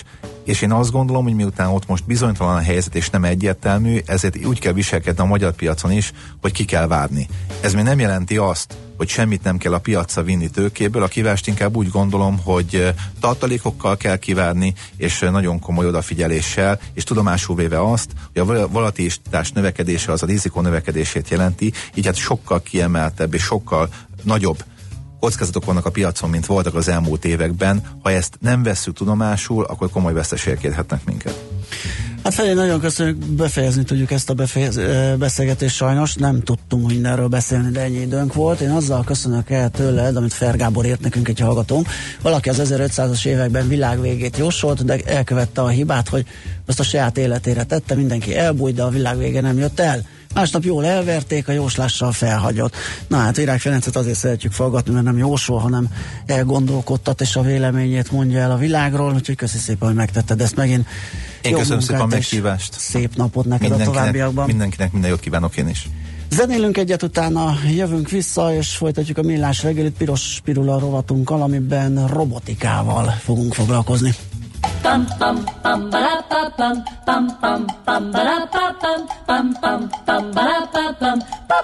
és én azt gondolom, hogy miután ott most bizonytalan a helyzet és nem egyértelmű, ezért úgy kell viselkedni a magyar piacon is, hogy ki kell várni. Ez még nem jelenti azt, hogy semmit nem kell a piacra vinni tőkéből, a kívást inkább úgy gondolom, hogy tartalékokkal kell kivárni, és nagyon komoly odafigyeléssel, és tudomásul véve azt, hogy a volatilitás növekedése az a rizikó növekedését jelenti, így hát sokkal kiemeltebb és sokkal nagyobb kockázatok vannak a piacon, mint voltak az elmúlt években. Ha ezt nem vesszük tudomásul, akkor komoly veszteségek érhetnek minket. Hát Feri, nagyon köszönjük, befejezni tudjuk ezt a befejez, beszélgetést sajnos, nem tudtunk mindenről beszélni, de ennyi időnk volt. Én azzal köszönök el tőled, amit Fer Gábor írt nekünk egy hallgatónk. Valaki az ezerötszázas években világvégét jósolt, de elkövette a hibát, hogy azt a saját életére tette, mindenki elbújt, de a világvége nem jött el. Másnap jól elverték, a jóslással felhagyott. Na hát Virág Ferencet azért szeretjük fogadni, mert nem jósol, hanem elgondolkodtat, és a véleményét mondja el a világról, úgyhogy köszi szépen, hogy megtetted ezt megint. Én jó köszönöm szépen a meghívást. Szép napot neked a továbbiakban. Mindenkinek minden jót kívánok én is. Zenélünk egyet, utána jövünk vissza, és folytatjuk a Millás reggelit Piros Pirula rovatunkkal, amiben robotikával fogunk foglalkozni. Pam pam pam ba pam pam pam pam ba pam pam pam pam ba pam pam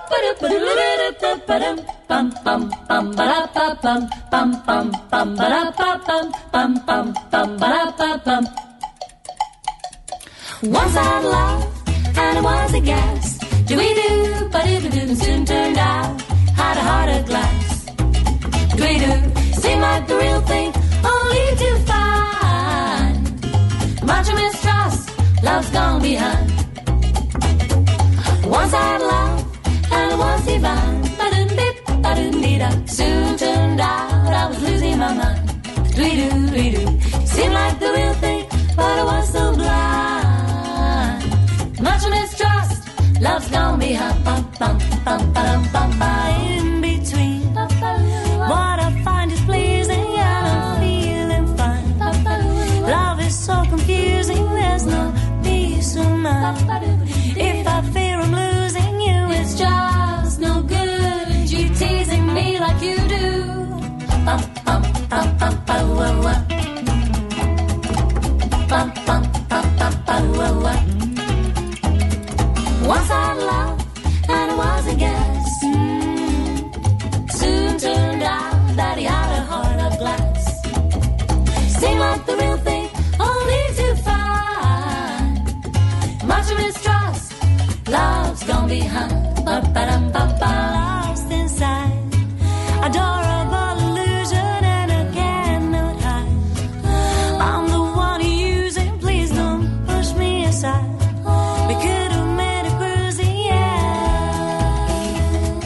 pam pam pam ba pam pam pam pam ba pam pam pam pam ba pam. Once I loved and it was a gas. Do we do, but it didn't soon turned out. Had a heart of glass. Do we do, seemed like the real thing, only to find much mistrust, love's gone behind. Once I had love and it was divine. Ba-dum-dip, ba-dum-dee-da. Soon turned out I was losing my mind. Do we do, do we do, seemed like the real thing, but I was so blind. Much mistrust, love's gone behind. Bum, bum, bum, bum, bum, bum. In between, what I find is pleasing and I'm feeling fine. Love is so confusing, there's no peace of mind. If I fear I'm losing you, it's just no good. You teasing me like you do. Bum, bum, bum, bum, bum, wah, wah. Bum, bum, bum, bum, bum, wah, wah. Once I had love and it was a guess. Mm. Soon turned out that he had a heart of glass. Seemed like the real thing, only to find much mistrust, love's gone behind. Ba-ba-dum-ba-ba. Lost inside, adorable illusion and I cannot hide. I'm the one you're using, please don't push me aside. We could have made a cruising, yeah.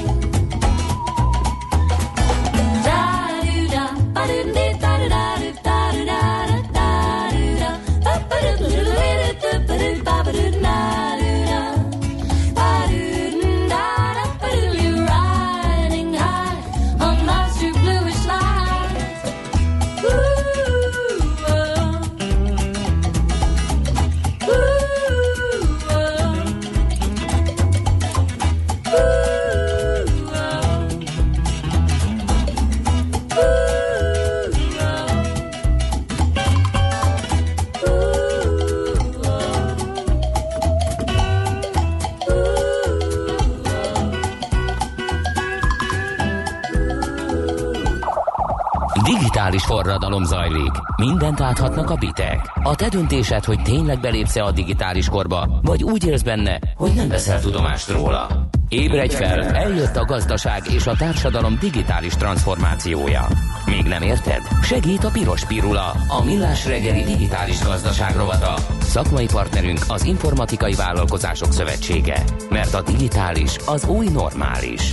Da-do-da, ba-do-dee, da-do-da-do, da-do-da-da-da-do-da, ba-ba-do-do-do-do-do-do-do, ba-ba-do-da-do-da, ba-do-da-da, ba-do, you're riding high on love's true bluish light. Ooh, oh. Ooh, oh. Digitális forradalom zajlik. Mindent áthatnak a bitek. A te döntésed, hogy tényleg belépsz-e a digitális korba, vagy úgy élsz benne, hogy nem veszel tudomást róla. Ébredj fel, eljött a gazdaság és a társadalom digitális transformációja. Még nem érted? Segít a Piros Pirula, a Millás reggeli digitális gazdaság rovata. Szakmai partnerünk az Informatikai Vállalkozások Szövetsége. Mert a digitális az új normális.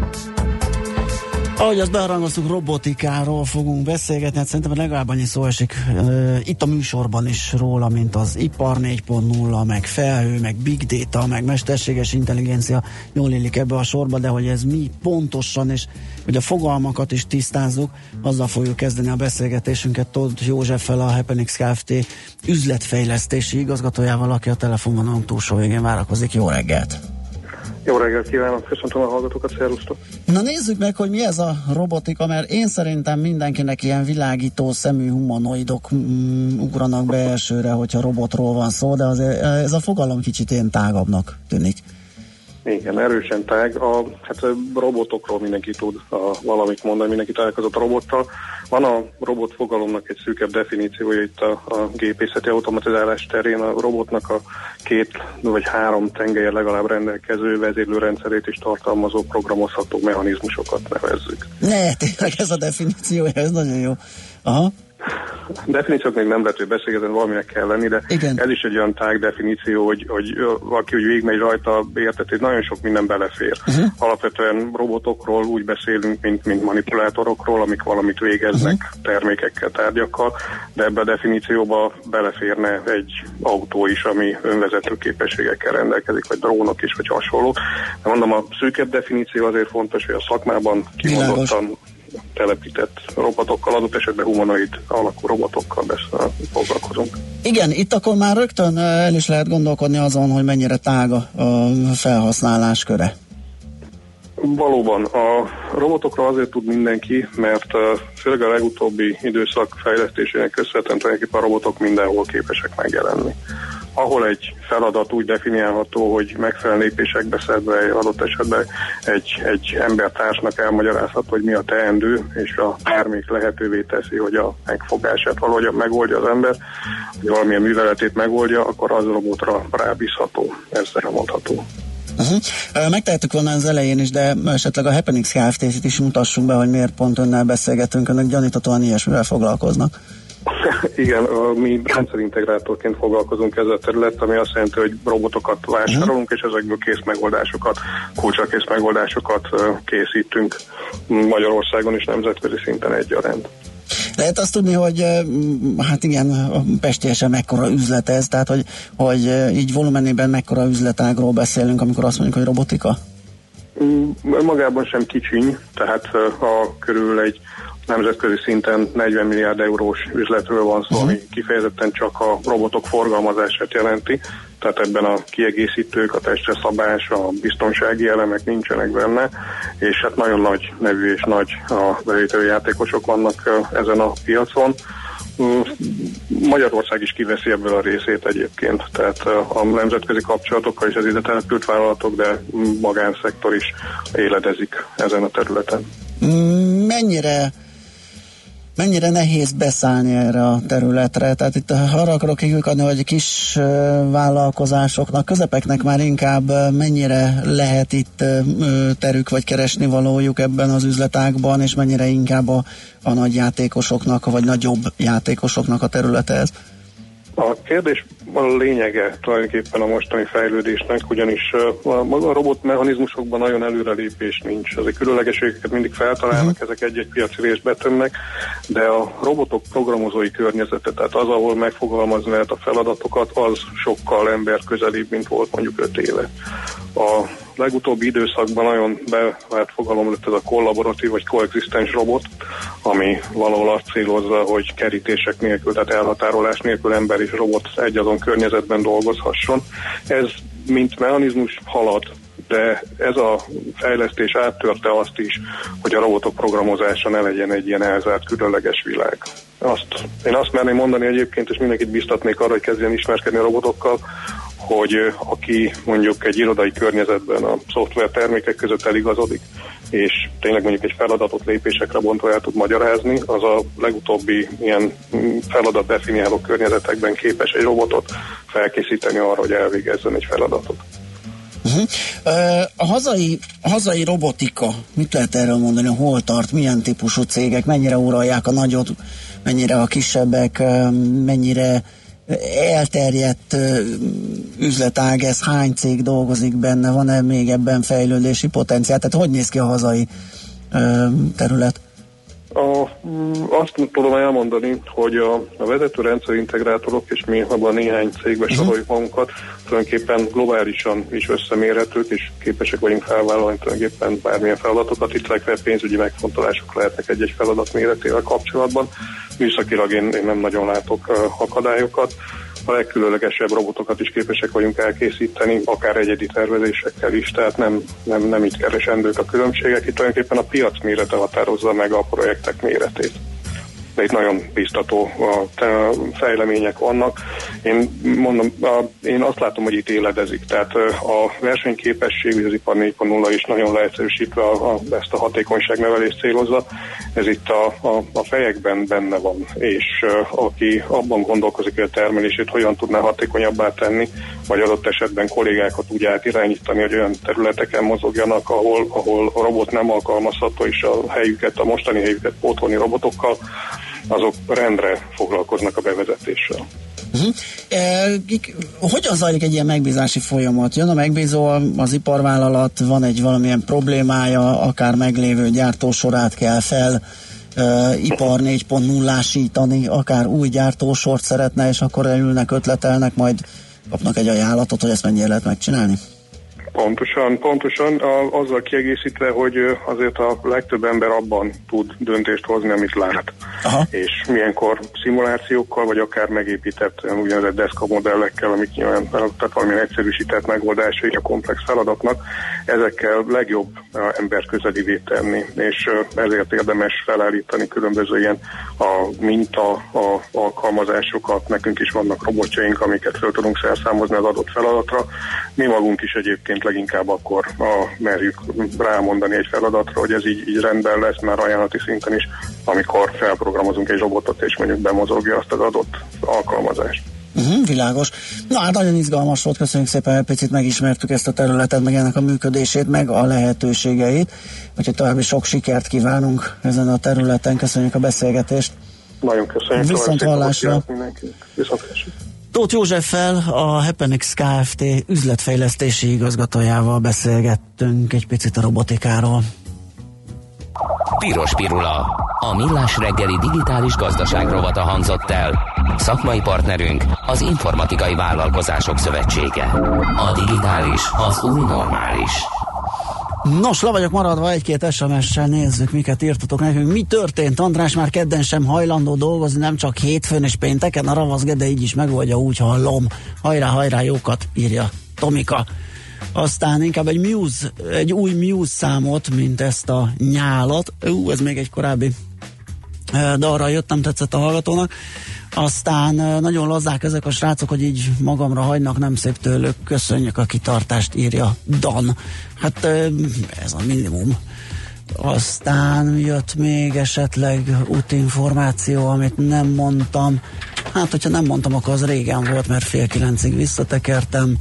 Ahogy azt beharangoztuk, robotikáról fogunk beszélgetni, hát szerintem legalább annyi szó esik uh, itt a műsorban is róla, mint az ipar négy pont nulla, meg felhő, meg big data, meg mesterséges intelligencia, jól illik ebbe a sorba, de hogy ez mi pontosan, és hogy a fogalmakat is tisztázzuk, azzal fogjuk kezdeni a beszélgetésünket Tóth Józseffel, a Happenix Kft. Üzletfejlesztési igazgatójával, aki a telefonvonalunk túlsó végén várakozik. Jó reggelt! Jó reggelt kívánok, köszöntöm a hallgatókat, szervusztok! Na nézzük meg, hogy mi ez a robotika, mert én szerintem mindenkinek ilyen világító szemű humanoidok mm, ugranak be elsőre, hogyha robotról van szó, de azért ez a fogalom kicsit ilyen tágabbnak tűnik. Igen, erősen tág. A, hát a robotokról mindenki tud a, valamit mondani, mindenki találkozott a robottal. Van a robot fogalomnak egy szűkebb definíciója itt a, a gépészeti automatizálás terén. A robotnak a két vagy három tengelyen legalább rendelkező vezérlőrendszerét is tartalmazó programozható mechanizmusokat nevezzük. Ne, tényleg ez a definíciója, ez nagyon jó. Aha. Definíciók még nem lehet, hogy beszélgetni, valaminek kell lenni, de igen. Ez is egy olyan tág definíció, hogy, hogy valaki úgy végigmegy rajta, értett, hogy nagyon sok minden belefér. Uh-huh. Alapvetően robotokról úgy beszélünk, mint, mint manipulátorokról, amik valamit végeznek uh-huh. termékekkel, tárgyakkal, de ebbe a definícióba beleférne egy autó is, ami önvezető képességekkel rendelkezik, vagy drónok is, vagy hasonló. De mondom, a szűkebb definíció azért fontos, hogy a szakmában kimondottan telepített robotokkal, adott esetben humanoid alakú robotokkal beszél, foglalkozunk. Igen, itt akkor már rögtön el is lehet gondolkodni azon, hogy mennyire tág a felhasználás köre. Valóban, a robotokra azért tud mindenki, mert főleg a legutóbbi időszak fejlesztésének köszönhetően tulajdonképpen a robotok mindenhol képesek megjelenni. Ahol egy feladat úgy definiálható, hogy megfelelő lépésekbe szedve adott esetben egy, egy embertársnak elmagyarázható, hogy mi a teendő, és a termék lehetővé teszi, hogy a megfogását valahogyan megoldja az ember, hogy valamilyen műveletét megoldja, akkor az robotra rábízható, ezzel mondható. Uh-huh. Megtehettük volna az elején is, de esetleg a Happenings Kft-t is mutassunk be, hogy miért pont önnel beszélgetünk, önök gyaníthatóan ilyesmivel foglalkoznak. Igen, mi rendszerintegrátorként foglalkozunk ezzel a területtel, ami azt jelenti, hogy robotokat vásárolunk, és ezekből kész megoldásokat, kulcsakész megoldásokat készítünk Magyarországon és nemzetközi szinten egyaránt. Lehet azt tudni, hogy hát igen, pestiesen mekkora üzlet ez, tehát hogy, hogy így volumenében mekkora üzletágról beszélünk, amikor azt mondjuk, hogy robotika? Magában sem kicsiny, tehát a körül egy nemzetközi szinten negyven milliárd eurós üzletről van szó, ami kifejezetten csak a robotok forgalmazását jelenti, tehát ebben a kiegészítők, a testre szabás, a biztonsági elemek nincsenek benne, és hát nagyon nagy nevű és nagy a bevételű játékosok vannak ezen a piacon. Magyarország is kiveszi ebből a részét egyébként, tehát a nemzetközi kapcsolatokkal is az ide települt vállalatok, de magánszektor is éledezik ezen a területen. Mennyire Mennyire nehéz beszállni erre a területre? Tehát itt arra akarok kiukadni, hogy kis vállalkozásoknak, közepeknek már inkább mennyire lehet itt terük vagy keresni valójuk ebben az üzletágban, és mennyire inkább a, a nagy játékosoknak, vagy nagyobb játékosoknak a területe ez? A kérdés a lényege tulajdonképpen a mostani fejlődésnek, ugyanis a maga a robotmechanizmusokban nagyon előrelépés nincs. Ezek különlegességeket mindig feltalálnak, uh-huh. ezek egy-egy piaci részt betömnek, de a robotok programozói környezete, tehát az, ahol megfogalmazni lehet a feladatokat, az sokkal emberközelibb, mint volt mondjuk öt éve. A legutóbbi időszakban nagyon bevált fogalom lett ez a kollaboratív vagy koexisztens robot, ami valahol azt célozza, hogy kerítések nélkül, tehát elhatárolás nélkül ember és robot egy azon környezetben dolgozhasson. Ez mint mechanizmus halad, de ez a fejlesztés áttörte azt is, hogy a robotok programozása ne legyen egy ilyen elzárt, különleges világ. Azt, én azt merném mondani egyébként, és mindenkit biztatnék arra, hogy kezdjen ismerkedni a robotokkal, hogy aki mondjuk egy irodai környezetben a szoftver termékek között eligazodik, és tényleg mondjuk egy feladatot lépésekre bontva el tud magyarázni, az a legutóbbi ilyen feladat definiáló környezetekben képes egy robotot felkészíteni arra, hogy elvégezzen egy feladatot. Uh-huh. A hazai, a hazai robotika, mit lehet erről mondani, hol tart, milyen típusú cégek, mennyire uralják a nagyot, mennyire a kisebbek, mennyire elterjedt üzletág, ez hány cég dolgozik benne, van-e még ebben fejlődési potenciál, tehát hogy néz ki a hazai terület? A, azt tudom elmondani, hogy a, a vezető rendszerintegrátorok, és mi abban néhány cégbe soroljuk magunkat, tulajdonképpen globálisan is összemérhetők, és képesek vagyunk felvállalni tulajdonképpen bármilyen feladatokat. Itt legfeljebb pénzügyi megfontolások lehetnek egy-egy feladat méretével kapcsolatban. Műszakilag én, én nem nagyon látok uh, akadályokat. a legkülönlegesebb robotokat is képesek vagyunk elkészíteni, akár egyedi tervezésekkel is, tehát nem, nem, nem itt keresendők a különbségek, itt tulajdonképpen a piac mérete határozza meg a projektek méretét. De itt nagyon biztató a fejlemények vannak. Én mondom, a, én azt látom, hogy itt éledezik. Tehát a versenyképesség, az ipar négy pont nulla is nagyon leegyszerűsítve a, a, ezt a hatékonyságnevelést célozza. Ez itt a, a, a fejekben benne van, és uh, aki abban gondolkozik, hogy a termelését hogyan tudná hatékonyabbá tenni, vagy adott esetben kollégákat úgy átirányítani, hogy olyan területeken mozogjanak, ahol, ahol a robot nem alkalmazható, és a helyüket, a mostani helyüket pótolni robotokkal, azok rendre foglalkoznak a bevezetéssel. Uh-huh. E, hogyan zajlik egy ilyen megbízási folyamat? Jön a megbízó, az iparvállalat, van egy valamilyen problémája, akár meglévő gyártósorát kell fel e, ipar négy pont nullásítani, akár új gyártósort szeretne, és akkor elülnek, ötletelnek, majd kapnak egy ajánlatot, hogy ezt mennyire lehet megcsinálni? Pontosan, pontosan, a, azzal kiegészítve, hogy azért a legtöbb ember abban tud döntést hozni, amit lát. Aha. És milyenkor szimulációkkal, vagy akár megépített úgynevezett deszka modellekkel, amik nyilván tehát valamilyen egyszerűsített megoldásai a komplex feladatnak, ezekkel legjobb ember közelivé tenni, és ezért érdemes felállítani különböző ilyen a minta, a alkalmazásokat, nekünk is vannak robotjaink, amiket fel tudunk szerszámozni az adott feladatra. Mi magunk is egyébként leginkább akkor a, merjük rámondani egy feladatra, hogy ez így, így rendben lesz, már ajánlati szinten is, amikor felprogramozunk egy robotot, és mondjuk bemozogja azt az adott alkalmazást. Uh-huh, világos. Na hát nagyon izgalmas volt, köszönjük szépen, hogy picit megismertük ezt a területet, meg ennek a működését, meg a lehetőségeit. Úgyhogy további sok sikert kívánunk ezen a területen, köszönjük a beszélgetést. Nagyon köszönjük. Viszont hallásra. Viszont hallásra. Tóth Józseffel, a Happenix Kft. Üzletfejlesztési igazgatójával beszélgettünk egy picit a robotikáról. Piros Pirula, a millás reggeli digitális gazdaság rovata hangzott el. Szakmai partnerünk az Informatikai Vállalkozások Szövetsége. A digitális az új normális. Nos, le vagyok maradva egy-két es em es-sel, nézzük, miket írtatok nekünk. Mi történt? András már kedden sem hajlandó dolgozni, nem csak hétfőn és pénteken, a Ravasz Gede így is megoldja, úgy hallom. Hajrá, hajrá, jókat, írja Tomika. Aztán inkább egy Muse, egy új Muse számot, mint ezt a nyálat. Ú, ez még egy korábbi dalra jött, nem tetszett a hallgatónak. Aztán nagyon lazák ezek a srácok, hogy így magamra hagynak, nem szép tőlük, köszönjük a kitartást, írja Dan. Hát ez a minimum. Aztán jött még esetleg útinformáció, amit nem mondtam. Hát, hogyha nem mondtam, akkor az régen volt, mert fél kilencig visszatekertem.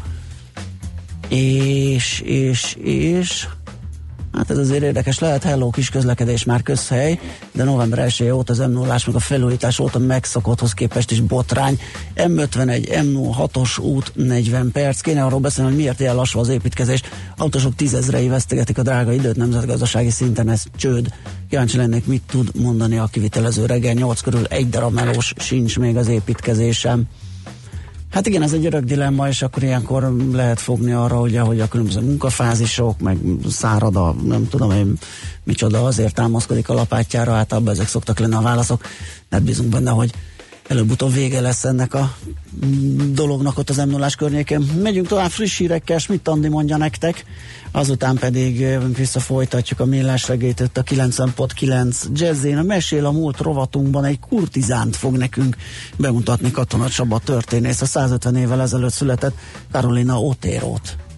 És, és, és... Hát ez azért érdekes lehet, Hello, kis közlekedés már közhely, de november elsője óta az em nullás meg a felújítás óta megszokotthoz képest is botrány. em ötvenegy, em nulla hatos út negyven perc. Kéne arról beszélni, hogy miért ilyen lassú az építkezés. Autósok tízezrei vesztegetik a drága időt nemzetgazdasági szinten, ez csőd. Kíváncsi lennék, mit tud mondani a kivitelező. Reggel nyolc körül egy darab melós sincs még az építkezésem. Hát igen, ez egy örök dilemma, és akkor ilyenkor lehet fogni arra, ugye, hogy a különböző munkafázisok, meg szárad a, nem tudom én micsoda, azért támaszkodik a lapátjára, általában ezek szoktak lenni a válaszok. Nem bízunk benne, hogy előbb-utóbb vége lesz ennek a dolognak ott az em nullás környéken. Megyünk tovább friss hírekkel, Schmidt Andi mondja nektek, azután pedig visszafolytatjuk a millás reggelit itt a kilencven pont kilenc Jazzén. A Mesél a múlt rovatunkban egy kurtizánt fog nekünk bemutatni Katona Csaba történész, a százötven évvel ezelőtt született Carolina Otérót.